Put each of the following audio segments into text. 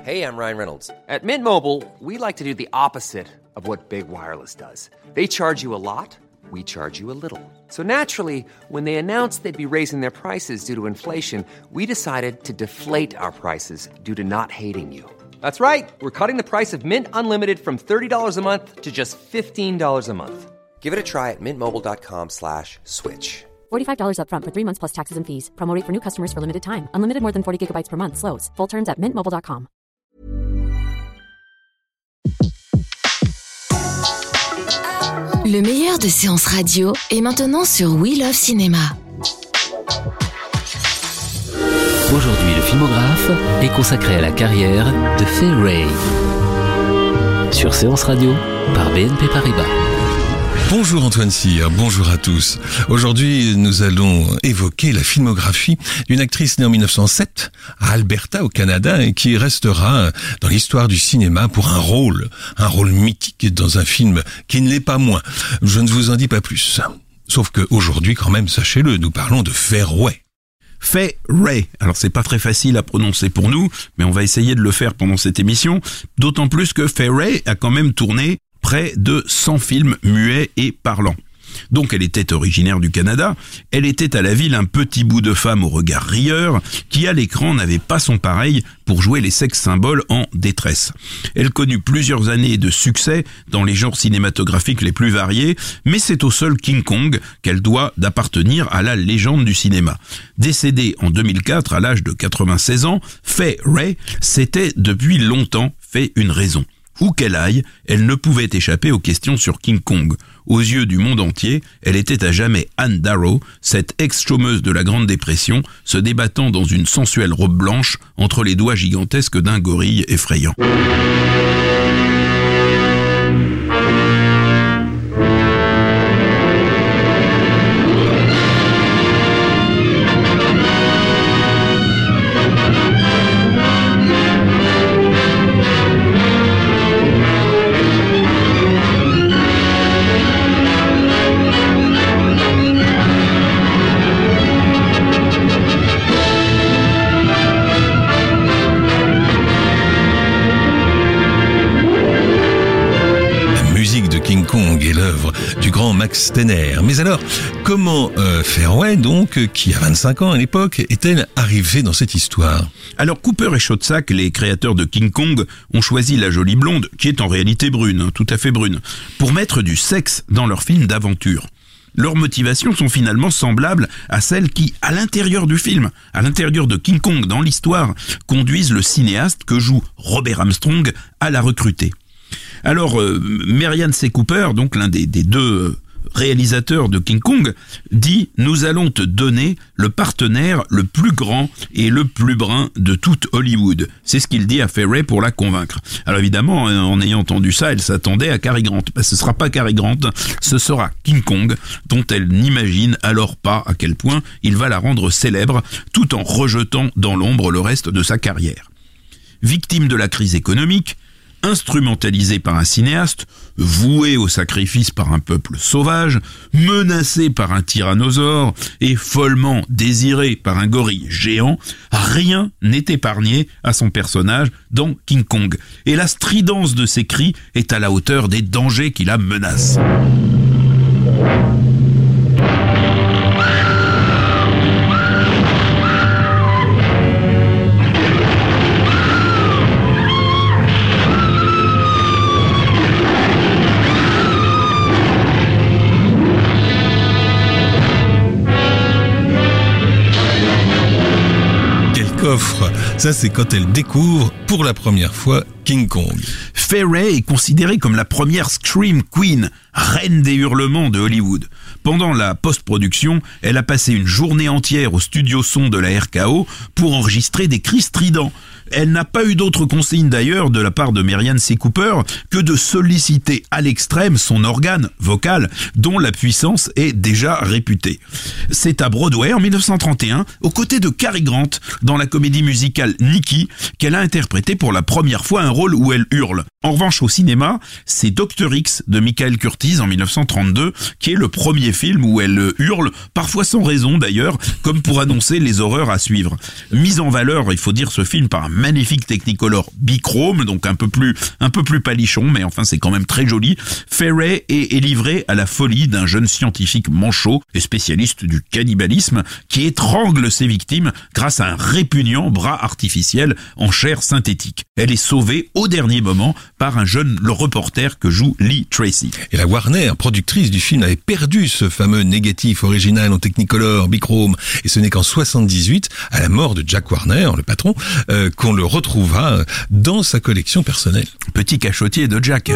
Hey, I'm Ryan Reynolds. At Mint Mobile, we like to do the opposite of what Big Wireless does. They charge you a lot, we charge you a little. So naturally, when they announced they'd be raising their prices due to inflation, we decided to deflate our prices due to not hating you. That's right. We're cutting the price of Mint Unlimited from $30 a month to just $15 a month. Give it a try at mintmobile.com/switch. $45 up front for 3 months plus taxes and fees. Promo rate for new customers for limited time. Unlimited more than 40 gigabytes per month. Slows full terms at mintmobile.com. Le meilleur de séances radio est maintenant sur We Love Cinéma. Aujourd'hui, le filmographe est consacré à la carrière de Fay Wray. Sur Séance Radio, par BNP Paribas. Bonjour Antoine Cyr, bonjour à tous. Aujourd'hui, nous allons évoquer la filmographie d'une actrice née en 1907 à Alberta au Canada et qui restera dans l'histoire du cinéma pour un rôle mythique dans un film qui ne l'est pas moins. Je ne vous en dis pas plus. Sauf qu'aujourd'hui, quand même, sachez-le, nous parlons de Fay Wray. Fay Wray. Alors c'est pas très facile à prononcer pour nous, mais on va essayer de le faire pendant cette émission, d'autant plus que Fay Wray a quand même tourné près de 100 films muets et parlants. Donc elle était originaire du Canada, elle était à la ville un petit bout de femme au regard rieur, qui à l'écran n'avait pas son pareil pour jouer les sex symboles en détresse. Elle connut plusieurs années de succès dans les genres cinématographiques les plus variés, mais c'est au seul King Kong qu'elle doit d'appartenir à la légende du cinéma. Décédée en 2004 à l'âge de 96 ans, Fay Wray s'était depuis longtemps fait une raison. Où qu'elle aille, elle ne pouvait échapper aux questions sur King Kong. Aux yeux du monde entier, elle était à jamais Anne Darrow, cette ex-chômeuse de la Grande Dépression, se débattant dans une sensuelle robe blanche entre les doigts gigantesques d'un gorille effrayant. King Kong est l'œuvre du grand Max Steiner. Mais alors, comment Fay Wray, donc, qui a 25 ans à l'époque, est-elle arrivée dans cette histoire ? Alors Cooper et Schoedsack, les créateurs de King Kong, ont choisi la jolie blonde, qui est en réalité brune, tout à fait brune, pour mettre du sexe dans leur film d'aventure. Leurs motivations sont finalement semblables à celles qui, à l'intérieur du film, à l'intérieur de King Kong, dans l'histoire, conduisent le cinéaste que joue Robert Armstrong à la recruter. Alors, Merian C. Cooper, donc l'un des deux réalisateurs de King Kong, dit « Nous allons te donner le partenaire le plus grand et le plus brun de toute Hollywood ». C'est ce qu'il dit à Fay Wray pour la convaincre. Alors évidemment, en ayant entendu ça, elle s'attendait à Cary Grant. Ce sera pas Cary Grant, ce sera King Kong, dont elle n'imagine alors pas à quel point il va la rendre célèbre, tout en rejetant dans l'ombre le reste de sa carrière. Victime de la crise économique, instrumentalisé par un cinéaste, voué au sacrifice par un peuple sauvage, menacé par un tyrannosaure et follement désiré par un gorille géant, rien n'est épargné à son personnage dans King Kong. Et la stridence de ses cris est à la hauteur des dangers qui la menacent. Ça, c'est quand elle découvre pour la première fois King Kong. Fay Wray est considérée comme la première Scream Queen, reine des hurlements de Hollywood. Pendant la post-production, elle a passé une journée entière au studio son de la RKO pour enregistrer des cris stridents. Elle n'a pas eu d'autre consigne d'ailleurs de la part de Merian C. Cooper que de solliciter à l'extrême son organe vocal dont la puissance est déjà réputée. C'est à Broadway en 1931, aux côtés de Cary Grant, dans la comédie musicale Nicky, qu'elle a interprété pour la première fois un rôle où elle hurle. En revanche, au cinéma, c'est Dr. X de Michael Curtiz en 1932, qui est le premier film où elle hurle, parfois sans raison d'ailleurs, comme pour annoncer les horreurs à suivre. Mise en valeur, il faut dire, ce film par un magnifique Technicolor bichrome, donc un peu plus palichon, mais enfin c'est quand même très joli. Fay Wray est livré à la folie d'un jeune scientifique manchot et spécialiste du cannibalisme qui étrangle ses victimes grâce à un répugnant bras artificiel en chair synthétique. Elle est sauvée au dernier moment par un jeune reporter que joue Lee Tracy. Et la Warner, productrice du film, avait perdu ce fameux négatif original en Technicolor bichrome, et ce n'est qu'en 78, à la mort de Jack Warner, le patron, qu'on le retrouvera dans sa collection personnelle. Petit cachotier de Jack.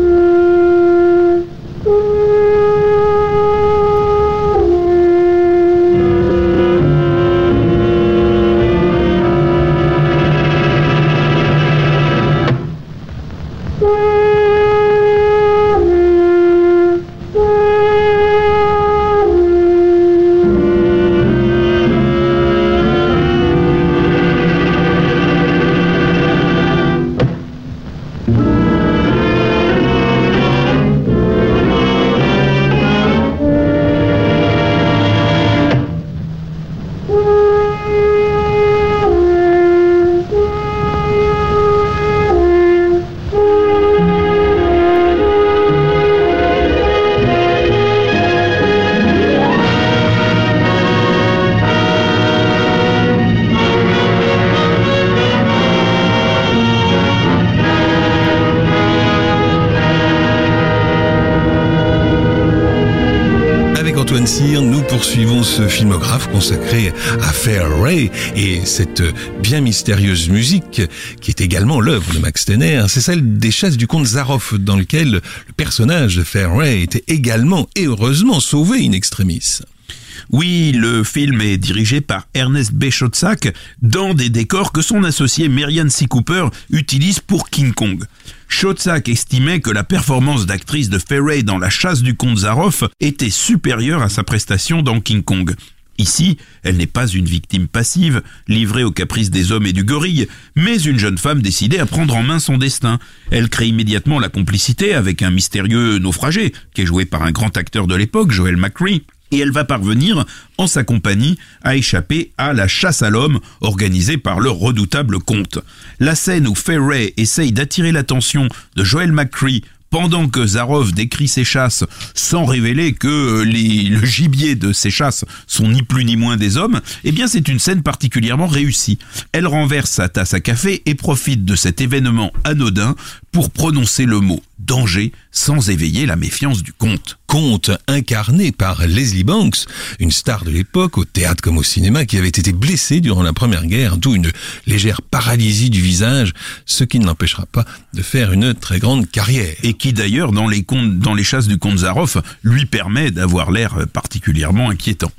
Antoine Cyr, nous poursuivons ce filmographe consacré à Fay Wray et cette bien mystérieuse musique qui est également l'œuvre de Max Steiner, c'est celle des chasses du comte Zaroff, dans lequel le personnage de Fay Wray était également et heureusement sauvé in extremis. Oui, le film est dirigé par Ernest B. Schoedsack dans des décors que son associé Merian C. Cooper utilise pour King Kong. Schoedsack estimait que la performance d'actrice de Fay Wray dans La chasse du comte Zaroff était supérieure à sa prestation dans King Kong. Ici, elle n'est pas une victime passive, livrée aux caprices des hommes et du gorille, mais une jeune femme décidée à prendre en main son destin. Elle crée immédiatement la complicité avec un mystérieux naufragé, qui est joué par un grand acteur de l'époque, Joel McCrea, et elle va parvenir, en sa compagnie, à échapper à la chasse à l'homme organisée par le redoutable comte. La scène où Fay Wray essaye d'attirer l'attention de Joel McCrea pendant que Zaroff décrit ses chasses sans révéler que le gibier de ces chasses sont ni plus ni moins des hommes, eh bien c'est une scène particulièrement réussie. Elle renverse sa tasse à café et profite de cet événement anodin pour prononcer le mot « danger » sans éveiller la méfiance du comte. Comte incarné par Leslie Banks, une star de l'époque, au théâtre comme au cinéma, qui avait été blessée durant la Première Guerre, d'où une légère paralysie du visage, ce qui ne l'empêchera pas de faire une très grande carrière. Et qui d'ailleurs, dans les chasses du comte Zaroff, lui permet d'avoir l'air particulièrement inquiétant.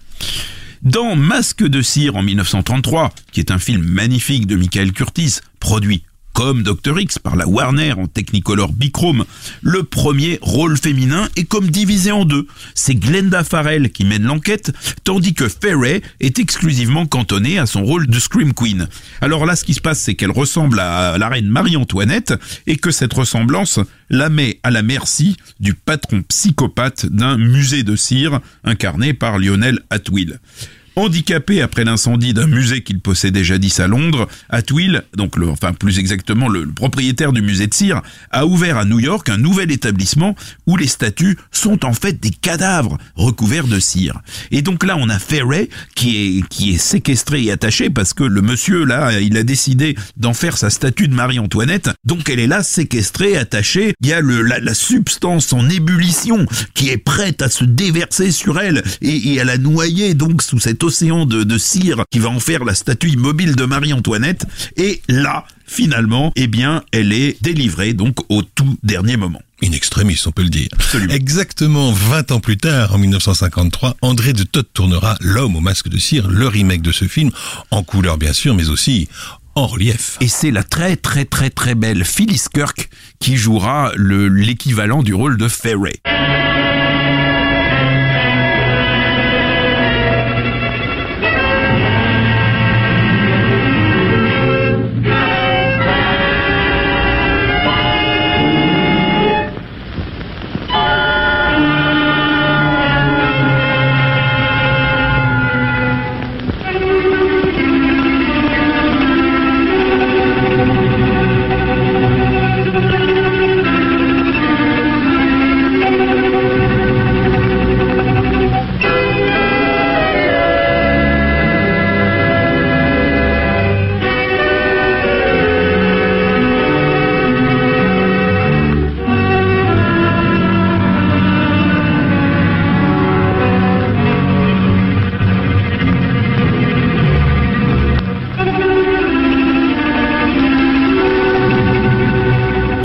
Dans Masque de cire en 1933, qui est un film magnifique de Michael Curtiz, produit comme Dr. X par la Warner en Technicolor bichrome, le premier rôle féminin est comme divisé en deux. C'est Glenda Farrell qui mène l'enquête, tandis que Fay Wray est exclusivement cantonnée à son rôle de Scream Queen. Alors là, ce qui se passe, c'est qu'elle ressemble à la reine Marie-Antoinette et que cette ressemblance la met à la merci du patron psychopathe d'un musée de cire incarné par Lionel Atwill. Handicapé après l'incendie d'un musée qu'il possédait jadis à Londres, Atwill, plus exactement le propriétaire du musée de cire, a ouvert à New York un nouvel établissement où les statues sont en fait des cadavres recouverts de cire. Et donc là, on a Fay Wray qui est séquestré et attaché parce que le monsieur là, il a décidé d'en faire sa statue de Marie-Antoinette. Donc elle est là séquestrée, attachée. Il y a la substance en ébullition qui est prête à se déverser sur elle et à la noyer donc sous cet océan de cire qui va en faire la statue immobile de Marie-Antoinette. Et là, finalement, eh bien, elle est délivrée donc au tout dernier moment. In extremis, on peut le dire. Absolument. Exactement 20 ans plus tard, en 1953, André de Toth tournera L'homme au masque de cire, le remake de ce film, en couleur bien sûr, mais aussi en relief. Et c'est la très très très très belle Phyllis Kirk qui jouera l'équivalent du rôle de Fay Wray.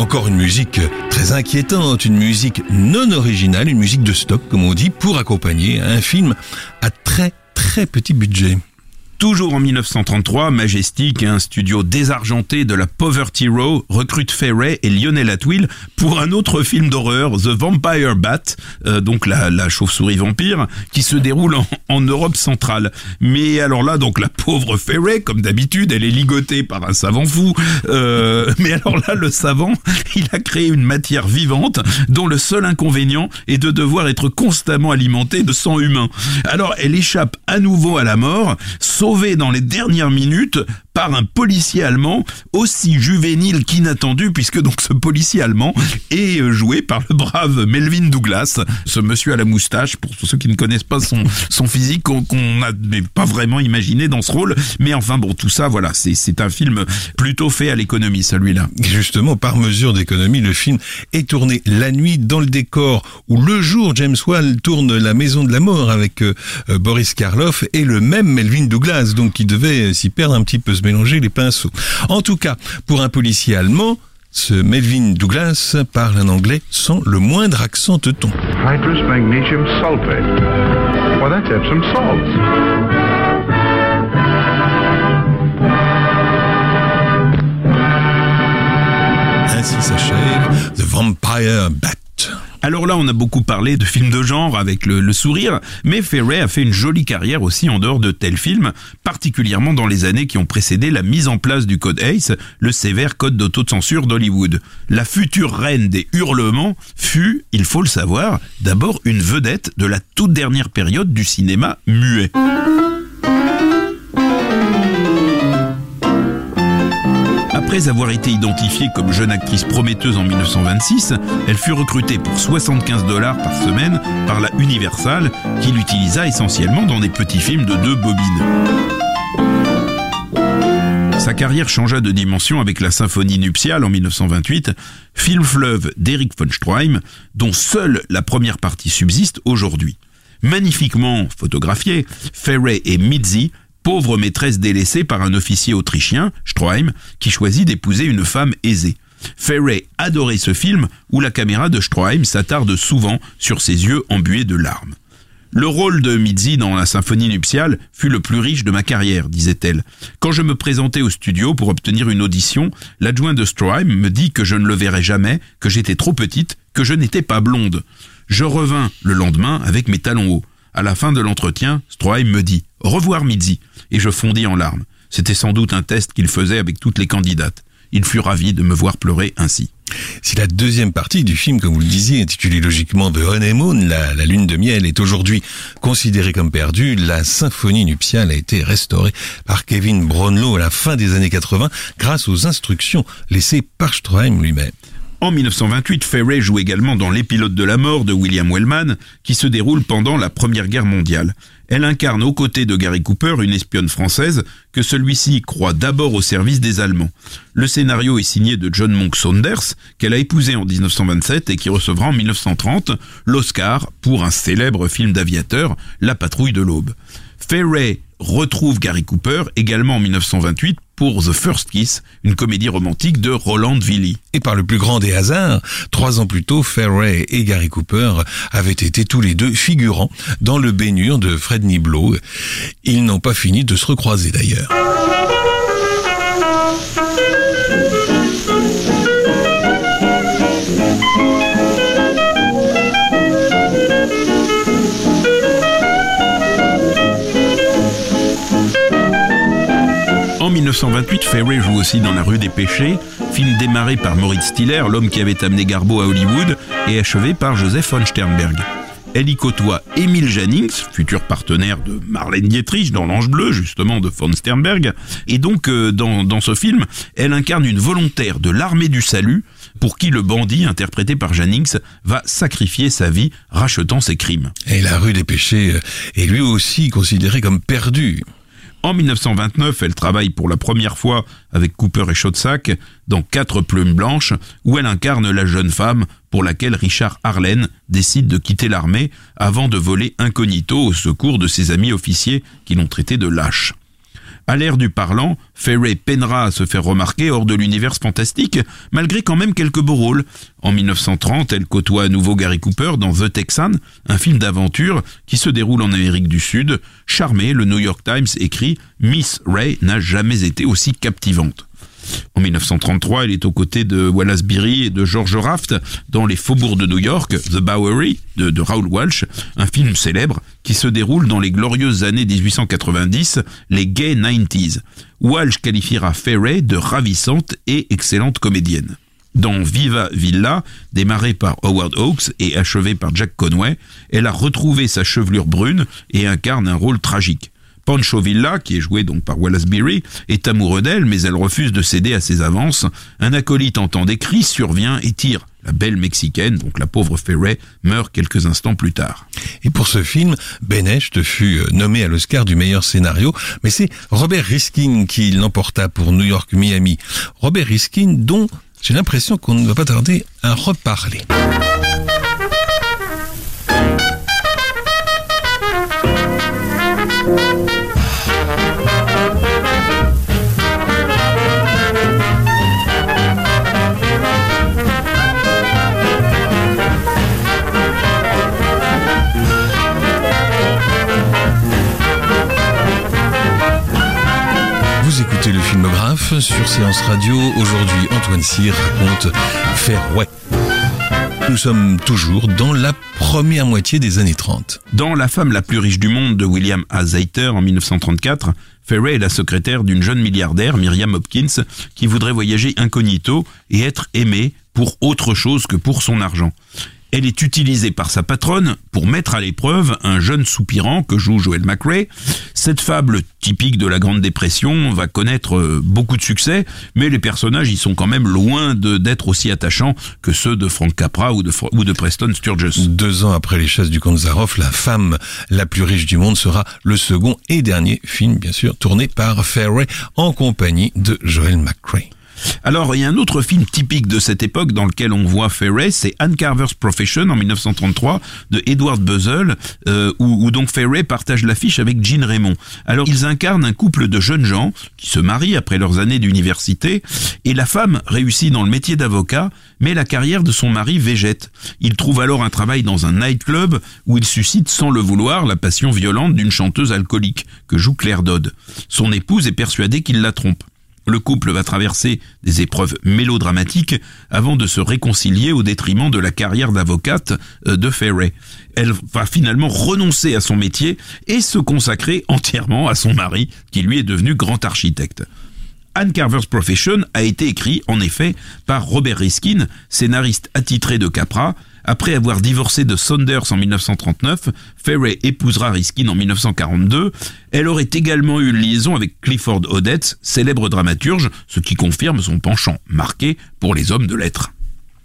Encore une musique très inquiétante, une musique non originale, une musique de stock, comme on dit, pour accompagner un film à très très petit budget. Toujours en 1933, Majestic, un studio désargenté de la Poverty Row, recrute Fay Wray et Lionel Atwill pour un autre film d'horreur, The Vampire Bat, donc la chauve-souris vampire, qui se déroule en Europe centrale. Mais alors là, donc la pauvre Fay Wray, comme d'habitude, elle est ligotée par un savant fou. Mais alors là, le savant, il a créé une matière vivante dont le seul inconvénient est de devoir être constamment alimentée de sang humain. Alors elle échappe à nouveau à la mort, sauvée dans les dernières minutes par un policier allemand aussi juvénile qu'inattendu, puisque donc ce policier allemand est joué par le brave Melvyn Douglas, ce monsieur à la moustache, pour ceux qui ne connaissent pas son physique, qu'on n'a pas vraiment imaginé dans ce rôle, mais enfin bon, tout ça, voilà, c'est un film plutôt fait à l'économie, celui-là. Justement, par mesure d'économie, le film est tourné la nuit dans le décor où le jour James Whale tourne La Maison de la Mort avec Boris Karloff et le même Melvyn Douglas, donc qui devait s'y perdre un petit peu, se mélanger les pinceaux. En tout cas, pour un policier allemand, ce Melvyn Douglas parle un anglais sans le moindre accent teuton. Hydrous magnesium sulfate. Well, let's have some salts. Ainsi s'achève The Vampire Bat. Alors là, on a beaucoup parlé de films de genre avec le sourire, mais Fay Wray a fait une jolie carrière aussi en dehors de tels films, particulièrement dans les années qui ont précédé la mise en place du code ACE, le sévère code d'autocensure d'Hollywood. La future reine des hurlements fut, il faut le savoir, d'abord une vedette de la toute dernière période du cinéma muet. Après avoir été identifiée comme jeune actrice prometteuse en 1926, elle fut recrutée pour $75 par semaine par la Universal, qui l'utilisa essentiellement dans des petits films de 2 bobines. Sa carrière changea de dimension avec la Symphonie nuptiale en 1928, film fleuve d'Eric von Stroheim, dont seule la première partie subsiste aujourd'hui. Magnifiquement photographiée, Fay Wray et Mitzi, pauvre maîtresse délaissée par un officier autrichien, Stroheim, qui choisit d'épouser une femme aisée. Fay Wray adorait ce film où la caméra de Stroheim s'attarde souvent sur ses yeux embués de larmes. Le rôle de Mitzi dans la symphonie nuptiale fut le plus riche de ma carrière, disait-elle. Quand je me présentais au studio pour obtenir une audition, l'adjoint de Stroheim me dit que je ne le verrais jamais, que j'étais trop petite, que je n'étais pas blonde. Je revins le lendemain avec mes talons hauts. À la fin de l'entretien, Stroheim me dit « Au revoir Mitzi » et je fondis en larmes. C'était sans doute un test qu'il faisait avec toutes les candidates. Il fut ravi de me voir pleurer ainsi. Si la deuxième partie du film, comme vous le disiez, intitulée logiquement The Honeymoon, la lune de miel, est aujourd'hui considérée comme perdue, la symphonie nuptiale a été restaurée par Kevin Brownlow à la fin des années 80 grâce aux instructions laissées par Stroheim lui-même. En 1928, Fay Wray joue également dans L'épilote de la mort de William Wellman, qui se déroule pendant la Première Guerre mondiale. Elle incarne aux côtés de Gary Cooper une espionne française que celui-ci croit d'abord au service des Allemands. Le scénario est signé de John Monk Saunders, qu'elle a épousé en 1927 et qui recevra en 1930 l'Oscar pour un célèbre film d'aviateur, La Patrouille de l'Aube. Fay Wray retrouve Gary Cooper également en 1928 pour The First Kiss, une comédie romantique de Roland Willy. Et par le plus grand des hasards, 3 ans plus tôt, Fay Wray et Gary Cooper avaient été tous les deux figurants dans le Ben-Hur de Fred Niblo. Ils n'ont pas fini de se recroiser d'ailleurs. En 1928, Fay Wray joue aussi dans La Rue des Péchés, film démarré par Moritz Stiller, l'homme qui avait amené Garbo à Hollywood, et achevé par Joseph von Sternberg. Elle y côtoie Emil Jannings, futur partenaire de Marlène Dietrich dans L'Ange bleu, justement de von Sternberg. Et donc, dans ce film, elle incarne une volontaire de l'armée du salut, pour qui le bandit, interprété par Jannings, va sacrifier sa vie, rachetant ses crimes. Et La Rue des Péchés est lui aussi considéré comme perdu. En 1929, elle travaille pour la première fois avec Cooper et Schoedsack dans 4 plumes blanches, où elle incarne la jeune femme pour laquelle Richard Arlen décide de quitter l'armée avant de voler incognito au secours de ses amis officiers qui l'ont traité de lâche. À l'ère du parlant, Fairey peinera à se faire remarquer hors de l'univers fantastique, malgré quand même quelques beaux rôles. En 1930, elle côtoie à nouveau Gary Cooper dans The Texan, un film d'aventure qui se déroule en Amérique du Sud. Charmée, le New York Times écrit « Miss Ray n'a jamais été aussi captivante ». En 1933, elle est aux côtés de Wallace Beery et de George Raft dans Les Faubourgs de New York, The Bowery de Raoul Walsh, un film célèbre qui se déroule dans les glorieuses années 1890, les Gay 90s. Walsh qualifiera Fairey de ravissante et excellente comédienne. Dans Viva Villa, démarré par Howard Hawks et achevé par Jack Conway, elle a retrouvé sa chevelure brune et incarne un rôle tragique. Pancho Villa, qui est joué donc par Wallace Beery, est amoureux d'elle, mais elle refuse de céder à ses avances. Un acolyte entend des cris, survient et tire. La belle Mexicaine, donc la pauvre Fairey, meurt quelques instants plus tard. Et pour ce film, Ben Hecht fut nommé à l'Oscar du meilleur scénario, mais c'est Robert Riskin qui l'emporta pour New York Miami. Robert Riskin, dont j'ai l'impression qu'on ne va pas tarder à reparler. Vous écoutez le Filmographe sur Séance Radio. Aujourd'hui, Antoine Cyr raconte Fairey. Nous sommes toujours dans la première moitié des années 30. Dans La femme la plus riche du monde de William A. Zeiter en 1934, Fairey est la secrétaire d'une jeune milliardaire, Miriam Hopkins, qui voudrait voyager incognito et être aimée pour autre chose que pour son argent. Elle est utilisée par sa patronne pour mettre à l'épreuve un jeune soupirant que joue Joel McCrea. Cette fable typique de la Grande Dépression va connaître beaucoup de succès, mais les personnages y sont quand même loin d'être aussi attachants que ceux de Frank Capra ou de Preston Sturges. 2 ans après Les Chasses du comte Zaroff, La femme la plus riche du monde sera le second et dernier film, bien sûr, tourné par Fairey en compagnie de Joel McCrea. Alors, il y a un autre film typique de cette époque dans lequel on voit Fairey, c'est Anne Carver's Profession en 1933 de Edward Buzzell, où donc Fairey partage l'affiche avec Gene Raymond. Alors, ils incarnent un couple de jeunes gens qui se marient après leurs années d'université, et la femme réussit dans le métier d'avocat, mais la carrière de son mari végète. Il trouve alors un travail dans un nightclub où il suscite sans le vouloir la passion violente d'une chanteuse alcoolique que joue Claire Dodd. Son épouse est persuadée qu'il la trompe. Le couple va traverser des épreuves mélodramatiques avant de se réconcilier au détriment de la carrière d'avocate de Fairey. Elle va finalement renoncer à son métier et se consacrer entièrement à son mari, qui lui est devenu grand architecte. Anne Carver's Profession a été écrit, en effet, par Robert Riskin, scénariste attitré de Capra. Après avoir divorcé de Saunders en 1939, Fairey épousera Riskin en 1942. Elle aurait également eu une liaison avec Clifford Odets, célèbre dramaturge, ce qui confirme son penchant marqué pour les hommes de lettres.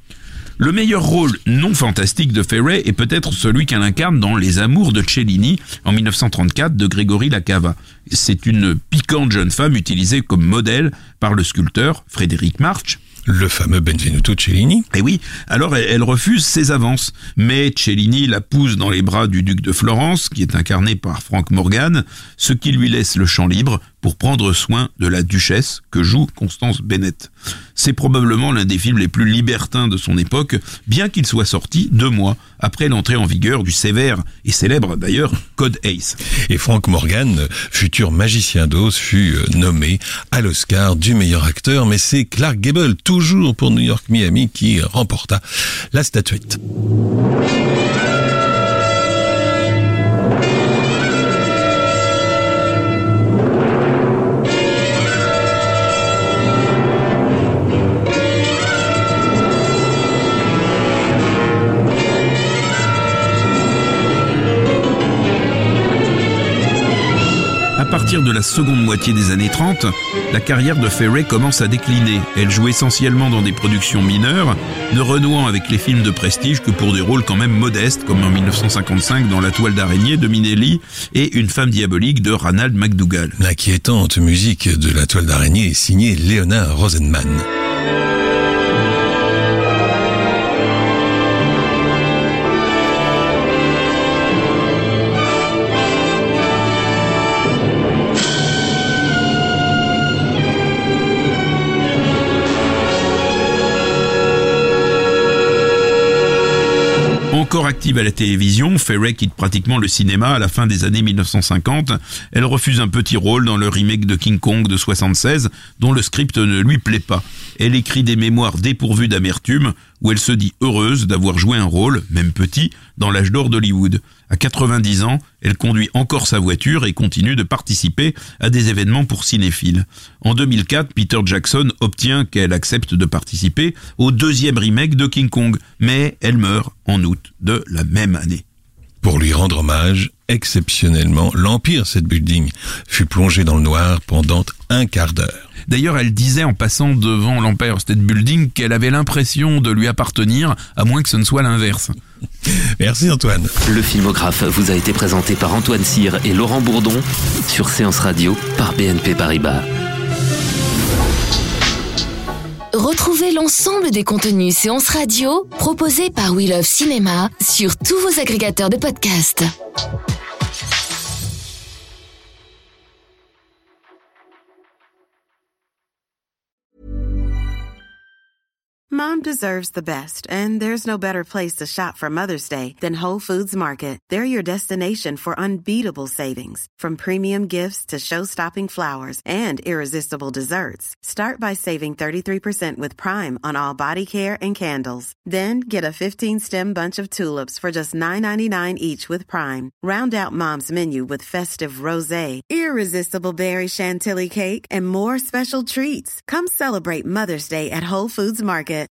Le meilleur rôle non fantastique de Fairey est peut-être celui qu'elle incarne dans Les Amours de Cellini en 1934 de Grégory Lacava. C'est une piquante jeune femme utilisée comme modèle par le sculpteur Frédéric March. Le fameux Benvenuto Cellini. Et oui, alors elle refuse ses avances. Mais Cellini la pousse dans les bras du duc de Florence, qui est incarné par Frank Morgan, ce qui lui laisse le champ libre pour prendre soin de la duchesse que joue Constance Bennett. C'est probablement l'un des films les plus libertins de son époque, bien qu'il soit sorti 2 mois après l'entrée en vigueur du sévère et célèbre d'ailleurs Code Ace. Et Frank Morgan, futur magicien d'Oz, fut nommé à l'Oscar du meilleur acteur, mais c'est Clark Gable, toujours pour New York Miami, qui remporta la statuette. À partir de la seconde moitié des années 30, la carrière de Fairey commence à décliner. Elle joue essentiellement dans des productions mineures, ne renouant avec les films de prestige que pour des rôles quand même modestes, comme en 1955 dans La Toile d'araignée de Minelli et Une femme diabolique de Ranald McDougall. L'inquiétante musique de La Toile d'araignée est signée Leonard Rosenman. Encore active à la télévision, Fay Wray quitte pratiquement le cinéma à la fin des années 1950. Elle refuse un petit rôle dans le remake de King Kong de 76, dont le script ne lui plaît pas. Elle écrit des mémoires dépourvues d'amertume, où elle se dit heureuse d'avoir joué un rôle, même petit, dans l'âge d'or d'Hollywood. À 90 ans, elle conduit encore sa voiture et continue de participer à des événements pour cinéphiles. En 2004, Peter Jackson obtient qu'elle accepte de participer au 2e remake de King Kong, mais elle meurt en août de la même année. Pour lui rendre hommage, exceptionnellement, l'Empire State Building fut plongé dans le noir pendant un quart d'heure. D'ailleurs, elle disait en passant devant l'Empire State Building qu'elle avait l'impression de lui appartenir, à moins que ce ne soit l'inverse. Merci Antoine. Le filmographe vous a été présenté par Antoine Cyr et Laurent Bourdon sur Séance Radio par BNP Paribas. Retrouvez l'ensemble des contenus Séance Radio proposés par We Love Cinéma sur tous vos agrégateurs de podcasts. Mom deserves the best, and there's no better place to shop for Mother's Day than Whole Foods Market. They're your destination for unbeatable savings, from premium gifts to show-stopping flowers and irresistible desserts. Start by saving 33% with Prime on all body care and candles. Then get a 15-stem bunch of tulips for just $9.99 each with Prime. Round out Mom's menu with festive rosé, irresistible berry chantilly cake, and more special treats. Come celebrate Mother's Day at Whole Foods Market.